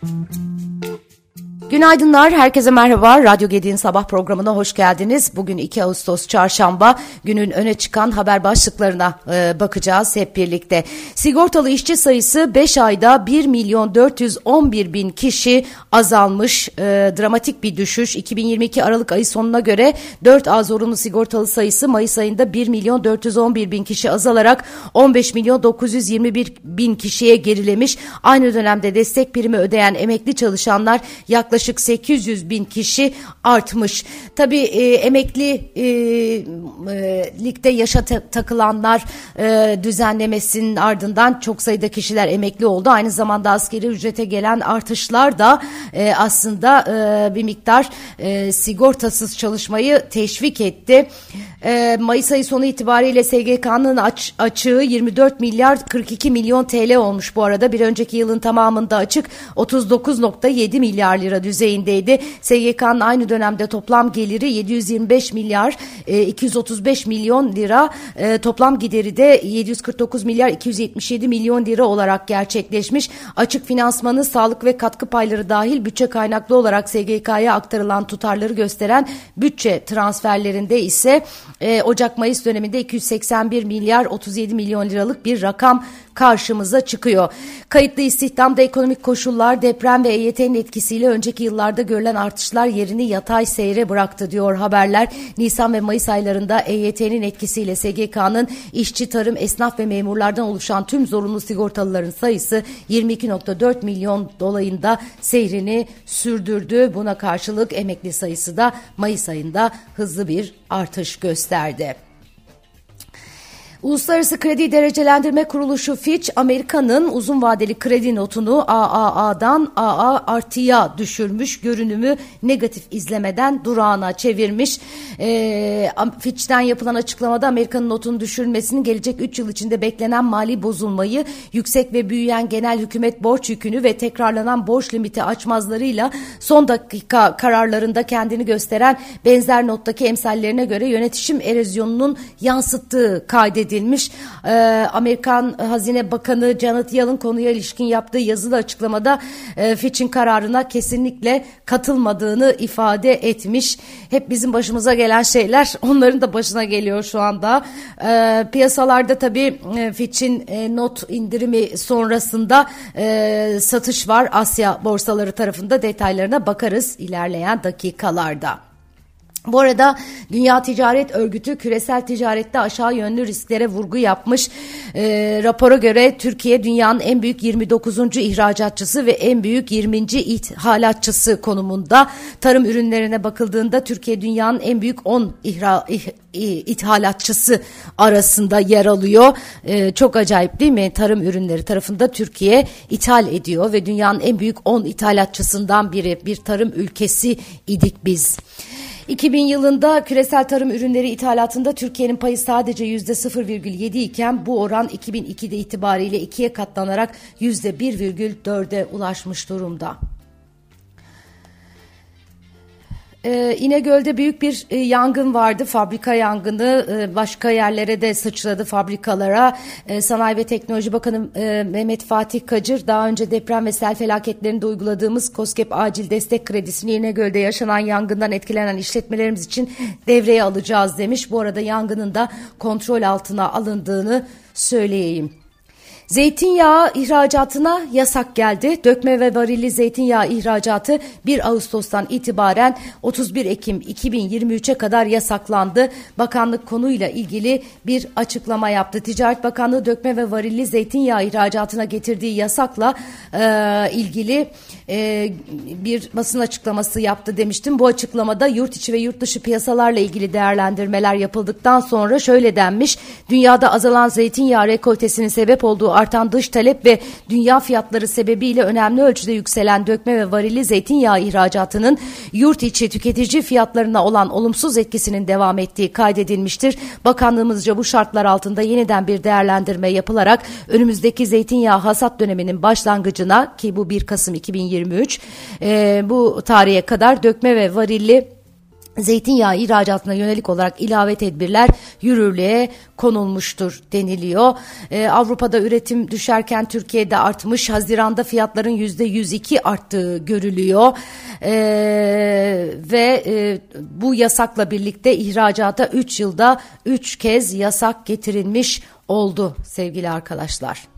Günaydınlar, herkese merhaba. Radyo Gedi'nin sabah programına hoş geldiniz. Bugün 2 Ağustos Çarşamba, günün öne çıkan haber başlıklarına bakacağız hep birlikte. Sigortalı işçi sayısı 5 ayda 1.411.000 kişi azalmış. Dramatik bir düşüş. 2022 Aralık ayı sonuna göre 4A zorunlu sigortalı sayısı Mayıs ayında 1.411.000 kişi azalarak 15.921.000 kişiye gerilemiş. Aynı dönemde destek primi ödeyen emekli çalışanlar yaklaşık 800.000 kişi artmış. Tabii emeklilikte yaşa takılanlar düzenlemesinin ardından çok sayıda kişiler emekli oldu. Aynı zamanda asgari ücrete gelen artışlar da aslında bir miktar sigortasız çalışmayı teşvik etti. Mayıs ayı sonu itibariyle SGK'nın açığı 24 milyar 42 milyon TL olmuş bu arada. Bir önceki yılın tamamında açık 39.7 milyar lira düzeyindeydi. SGK'nın aynı dönemde toplam geliri 725 milyar 235 milyon lira, toplam gideri de 749 milyar 277 milyon lira olarak gerçekleşmiş. Açık finansmanı, sağlık ve katkı payları dahil bütçe kaynaklı olarak SGK'ya aktarılan tutarları gösteren bütçe transferlerinde ise Ocak-Mayıs döneminde 281 milyar 37 milyon liralık bir rakam karşımıza çıkıyor. Kayıtlı istihdamda ekonomik koşullar, deprem ve EYT'nin etkisiyle önceki yıllarda görülen artışlar yerini yatay seyre bıraktı diyor haberler. Nisan ve Mayıs aylarında EYT'nin etkisiyle SGK'nın işçi, tarım, esnaf ve memurlardan oluşan tüm zorunlu sigortalıların sayısı 22.4 milyon dolayında seyrini sürdürdü. Buna karşılık emekli sayısı da Mayıs ayında hızlı bir artış gösterdi. Uluslararası Kredi Derecelendirme Kuruluşu Fitch, Amerika'nın uzun vadeli kredi notunu AAA'dan AA artıya düşürmüş, görünümü negatif izlemeden durağına çevirmiş. Fitch'ten yapılan açıklamada Amerika'nın notunu düşürülmesinin gelecek 3 yıl içinde beklenen mali bozulmayı, yüksek ve büyüyen genel hükümet borç yükünü ve tekrarlanan borç limiti açmazlarıyla son dakika kararlarında kendini gösteren benzer nottaki emsallerine göre yönetişim erozyonunun yansıttığı kaydedilmiş. Amerikan Hazine Bakanı Janet Yellen konuya ilişkin yaptığı yazılı açıklamada Fitch'in kararına kesinlikle katılmadığını ifade etmiş. Hep bizim başımıza gelen şeyler onların da başına geliyor şu anda. Piyasalarda tabii Fitch'in not indirimi sonrasında satış var. Asya borsaları tarafında detaylarına bakarız ilerleyen dakikalarda. Bu arada Dünya Ticaret Örgütü küresel ticarette aşağı yönlü risklere vurgu yapmış. Rapora göre Türkiye dünyanın en büyük 29. ihracatçısı ve en büyük 20. ithalatçısı konumunda. Tarım ürünlerine bakıldığında Türkiye dünyanın en büyük 10 ithalatçısı arasında yer alıyor. Çok acayip değil mi? Tarım ürünleri tarafında Türkiye ithal ediyor ve dünyanın en büyük 10 ithalatçısından biri, bir tarım ülkesi idik biz. 2000 yılında küresel tarım ürünleri ithalatında Türkiye'nin payı sadece %0,7 iken bu oran 2002'de itibariyle 2'ye katlanarak %1,4'e ulaşmış durumda. İnegöl'de büyük bir yangın vardı, fabrika yangını, başka yerlere de sıçradı, fabrikalara. Sanayi ve Teknoloji Bakanı Mehmet Fatih Kacır daha önce deprem ve sel felaketlerinde uyguladığımız KOSGEB acil destek kredisini İnegöl'de yaşanan yangından etkilenen işletmelerimiz için devreye alacağız demiş. Bu arada yangının da kontrol altına alındığını söyleyeyim. Zeytinyağı ihracatına yasak geldi. Dökme ve varilli zeytinyağı ihracatı 1 Ağustos'tan itibaren 31 Ekim 2023'e kadar yasaklandı. Bakanlık konuyla ilgili bir açıklama yaptı. Ticaret Bakanlığı dökme ve varilli zeytinyağı ihracatına getirdiği yasakla ilgili bir basın açıklaması yaptı demiştim. Bu açıklamada yurt içi ve yurt dışı piyasalarla ilgili değerlendirmeler yapıldıktan sonra şöyle denmiş: dünyada azalan zeytinyağı rekoltesinin sebep olduğu artan dış talep ve dünya fiyatları sebebiyle önemli ölçüde yükselen dökme ve varilli zeytinyağı ihracatının yurt içi tüketici fiyatlarına olan olumsuz etkisinin devam ettiği kaydedilmiştir. Bakanlığımızca bu şartlar altında yeniden bir değerlendirme yapılarak önümüzdeki zeytinyağı hasat döneminin başlangıcına, ki bu 1 Kasım 2023, bu tarihe kadar dökme ve varilli zeytinyağı ihracatına yönelik olarak ilave tedbirler yürürlüğe konulmuştur deniliyor. Avrupa'da üretim düşerken Türkiye'de artmış. Haziran'da fiyatların %102 arttığı görülüyor. Bu yasakla birlikte ihracata 3 yılda 3 kez yasak getirilmiş oldu sevgili arkadaşlar.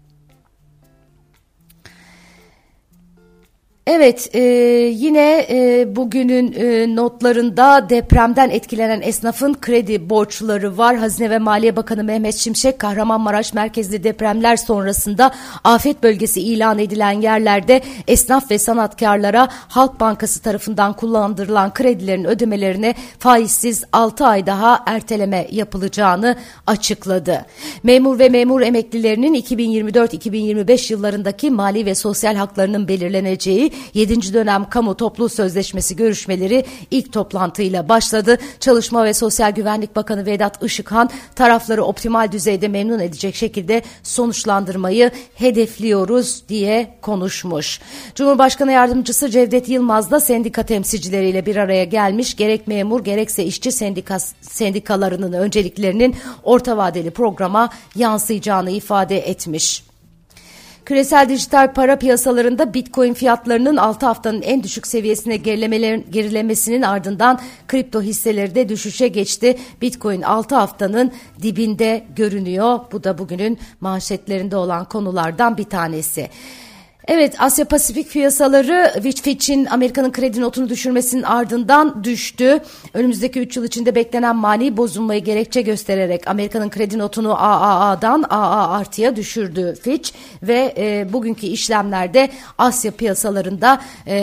Evet, yine bugünün notlarında depremden etkilenen esnafın kredi borçları var. Hazine ve Maliye Bakanı Mehmet Şimşek, Kahramanmaraş merkezli depremler sonrasında afet bölgesi ilan edilen yerlerde esnaf ve sanatkarlara Halk Bankası tarafından kullandırılan kredilerin ödemelerine faizsiz 6 ay daha erteleme yapılacağını açıkladı. Memur ve memur emeklilerinin 2024-2025 yıllarındaki mali ve sosyal haklarının belirleneceği 7. dönem kamu toplu sözleşmesi görüşmeleri ilk toplantıyla başladı. Çalışma ve Sosyal Güvenlik Bakanı Vedat Işıkhan, tarafları optimal düzeyde memnun edecek şekilde sonuçlandırmayı hedefliyoruz diye konuşmuş. Cumhurbaşkanı Yardımcısı Cevdet Yılmaz da sendika temsilcileriyle bir araya gelmiş. Gerek memur gerekse işçi sendikalarının önceliklerinin orta vadeli programa yansıyacağını ifade etmiş. Küresel dijital para piyasalarında Bitcoin fiyatlarının 6 haftanın en düşük seviyesine gerilemesinin ardından kripto hisseleri de düşüşe geçti. Bitcoin 6 haftanın dibinde görünüyor. Bu da bugünün manşetlerinde olan konulardan bir tanesi. Evet, Asya Pasifik piyasaları Fitch'in Amerika'nın kredi notunu düşürmesinin ardından düştü. Önümüzdeki 3 yıl içinde beklenen mali bozulmayı gerekçe göstererek Amerika'nın kredi notunu AAA'dan AA artıya düşürdü Fitch ve bugünkü işlemlerde Asya piyasalarında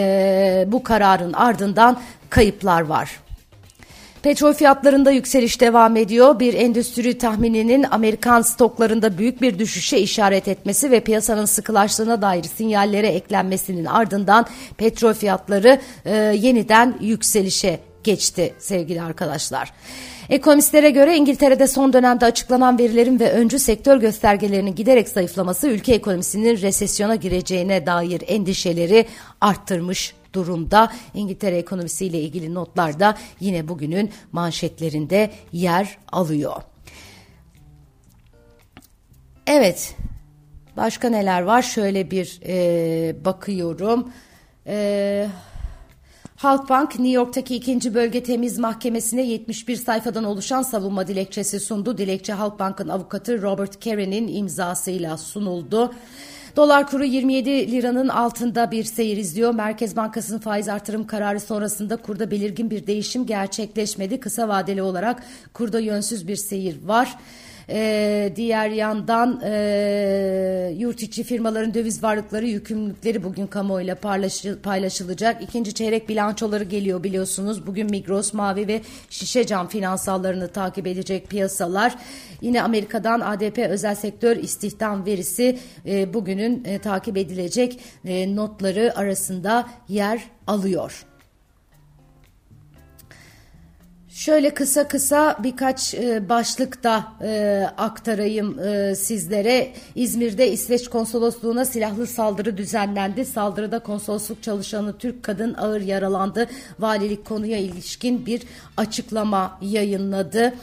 bu kararın ardından kayıplar var. Petrol fiyatlarında yükseliş devam ediyor. Bir endüstri tahmininin Amerikan stoklarında büyük bir düşüşe işaret etmesi ve piyasanın sıkılaştığına dair sinyallere eklenmesinin ardından petrol fiyatları yeniden yükselişe geçti sevgili arkadaşlar. Ekonomistlere göre İngiltere'de son dönemde açıklanan verilerin ve öncü sektör göstergelerinin giderek zayıflaması ülke ekonomisinin resesyona gireceğine dair endişeleri arttırmış durumda. İngiltere ekonomisiyle ilgili notlar da yine bugünün manşetlerinde yer alıyor. Evet, başka neler var? Şöyle bir bakıyorum. Halkbank, New York'taki 2. Bölge Temiz Mahkemesi'ne 71 sayfadan oluşan savunma dilekçesi sundu. Dilekçe Halkbank'ın avukatı Robert Carey'nin imzasıyla sunuldu. Dolar kuru 27 liranın altında bir seyir izliyor. Merkez Bankası'nın faiz artırım kararı sonrasında kurda belirgin bir değişim gerçekleşmedi. Kısa vadeli olarak kurda yönsüz bir seyir var. Diğer yandan yurt içi firmaların döviz varlıkları, yükümlülükleri bugün kamuoyuyla paylaşılacak. İkinci çeyrek bilançoları geliyor biliyorsunuz. Bugün Migros, Mavi ve Şişecam finansallarını takip edecek piyasalar. Yine Amerika'dan ADP özel sektör istihdam verisi bugünün takip edilecek notları arasında yer alıyor. Şöyle kısa birkaç başlık da aktarayım sizlere. İzmir'de İsveç konsolosluğuna silahlı saldırı düzenlendi. Saldırıda konsolosluk çalışanı Türk kadın ağır yaralandı. Valilik konuya ilişkin bir açıklama yayınladı.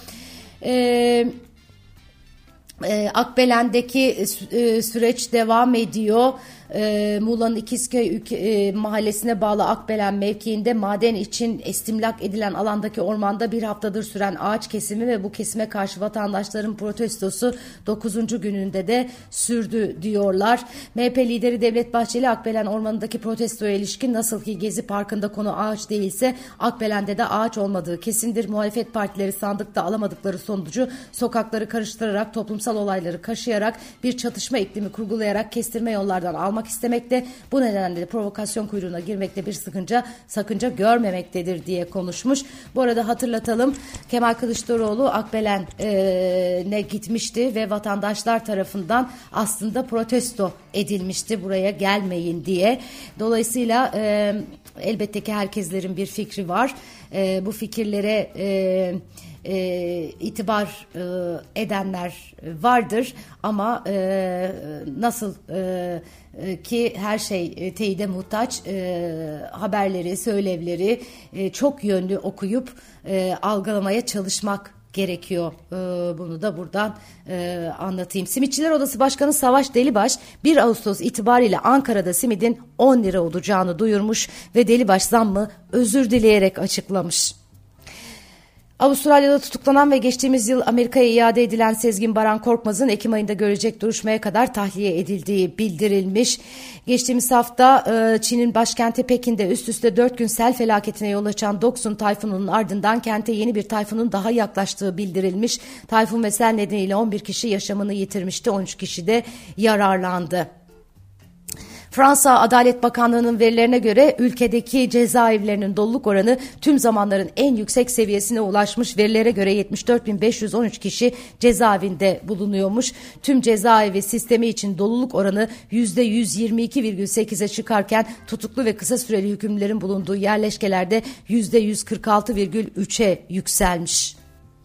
Akbelen'deki süreç devam ediyor. Muğla'nın İkizköy mahallesine bağlı Akbelen mevkiinde maden için istimlak edilen alandaki ormanda bir haftadır süren ağaç kesimi ve bu kesime karşı vatandaşların protestosu 9. gününde de sürdü diyorlar. MHP lideri Devlet Bahçeli, Akbelen ormanındaki protestoya ilişkin nasıl ki Gezi Parkı'nda konu ağaç değilse Akbelen'de de ağaç olmadığı kesindir. Muhalefet partileri sandıkta alamadıkları sonucu sokakları karıştırarak, toplumsal olayları kaşıyarak, bir çatışma iklimi kurgulayarak kestirme yollardan almak istemekte. Bu nedenle de provokasyon kuyruğuna girmekte bir sakınca görmemektedir diye konuşmuş. Bu arada hatırlatalım, Kemal Kılıçdaroğlu Akbelen'e gitmişti ve vatandaşlar tarafından aslında protesto edilmişti buraya gelmeyin diye. Dolayısıyla elbette ki herkeslerin bir fikri var. Bu fikirlere itibar edenler vardır ama nasıl ki her şey teyide muhtaç, haberleri, söylevleri çok yönlü okuyup algılamaya çalışmak gerekiyor. Bunu da buradan anlatayım. Simitçiler Odası Başkanı Savaş Delibaş 1 Ağustos itibariyle Ankara'da simidin 10 lira olacağını duyurmuş ve Delibaş zammı özür dileyerek açıklamış. Avustralya'da tutuklanan ve geçtiğimiz yıl Amerika'ya iade edilen Sezgin Baran Korkmaz'ın Ekim ayında görecek duruşmaya kadar tahliye edildiği bildirilmiş. Geçtiğimiz hafta Çin'in başkenti Pekin'de üst üste 4 gün sel felaketine yol açan Doksun tayfununun ardından kente yeni bir tayfunun daha yaklaştığı bildirilmiş. Tayfun ve sel nedeniyle 11 kişi yaşamını yitirmişti, 13 kişi de yararlandı. Fransa Adalet Bakanlığı'nın verilerine göre ülkedeki cezaevlerinin doluluk oranı tüm zamanların en yüksek seviyesine ulaşmış. Verilere göre 74.513 kişi cezaevinde bulunuyormuş. Tüm cezaevi sistemi için doluluk oranı %122,8'e çıkarken tutuklu ve kısa süreli hükümlülerin bulunduğu yerleşkelerde %146,3'e yükselmiş.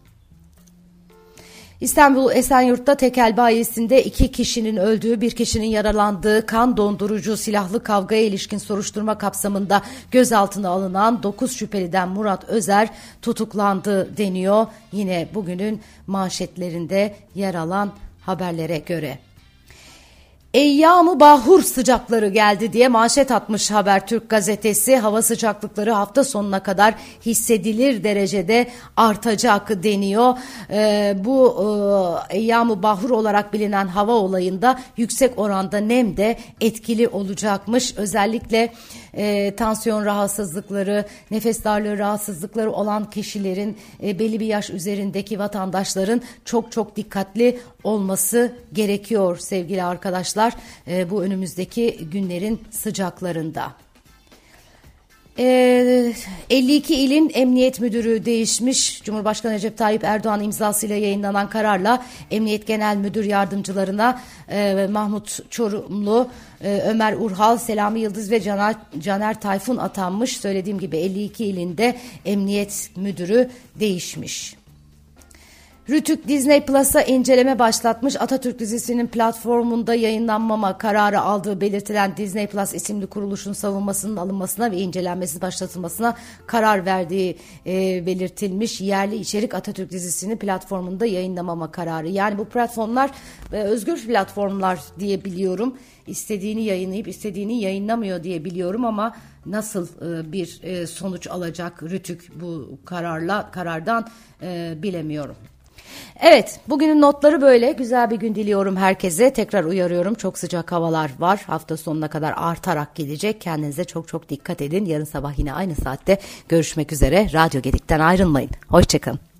İstanbul Esenyurt'ta tekel bayisinde 2 kişinin öldüğü, 1 kişinin yaralandığı kan dondurucu silahlı kavgaya ilişkin soruşturma kapsamında gözaltına alınan 9 şüpheliden Murat Özer tutuklandı deniyor. Yine bugünün manşetlerinde yer alan haberlere göre. Eyyam-ı bahur sıcakları geldi diye manşet atmış Habertürk gazetesi. Hava sıcaklıkları hafta sonuna kadar hissedilir derecede artacak deniyor. Bu Eyyam-ı bahur olarak bilinen hava olayında yüksek oranda nem de etkili olacakmış. Özellikle tansiyon rahatsızlıkları, nefes darlığı rahatsızlıkları olan kişilerin, belli bir yaş üzerindeki vatandaşların çok dikkatli olması gerekiyor sevgili arkadaşlar. Bu önümüzdeki günlerin sıcaklarında. 52 ilin emniyet müdürü değişmiş. Cumhurbaşkanı Recep Tayyip Erdoğan imzasıyla yayınlanan kararla Emniyet Genel Müdür Yardımcılarına Mahmut Çorumlu, Ömer Urhal, Selami Yıldız ve Caner Tayfun atanmış. Söylediğim gibi 52 ilinde emniyet müdürü değişmiş. Rütük Disney Plus'a inceleme başlatmış. Atatürk dizisinin platformunda yayınlanmama kararı aldığı belirtilen Disney Plus isimli kuruluşun savunmasının alınmasına ve incelenmesi başlatılmasına karar verdiği belirtilmiş. Yerli içerik Atatürk dizisini platformunda yayınlamama kararı. Yani bu platformlar özgür platformlar diye biliyorum. İstediğini yayınlayıp istediğini yayınlamıyor diye biliyorum ama nasıl bir sonuç alacak Rütük bu karardan bilemiyorum. Evet, bugünün notları böyle. Güzel bir gün diliyorum herkese. Tekrar uyarıyorum, çok sıcak havalar var. Hafta sonuna kadar artarak gidecek. Kendinize çok dikkat edin. Yarın sabah yine aynı saatte görüşmek üzere. Radyo Gedik'ten ayrılmayın. Hoşçakalın.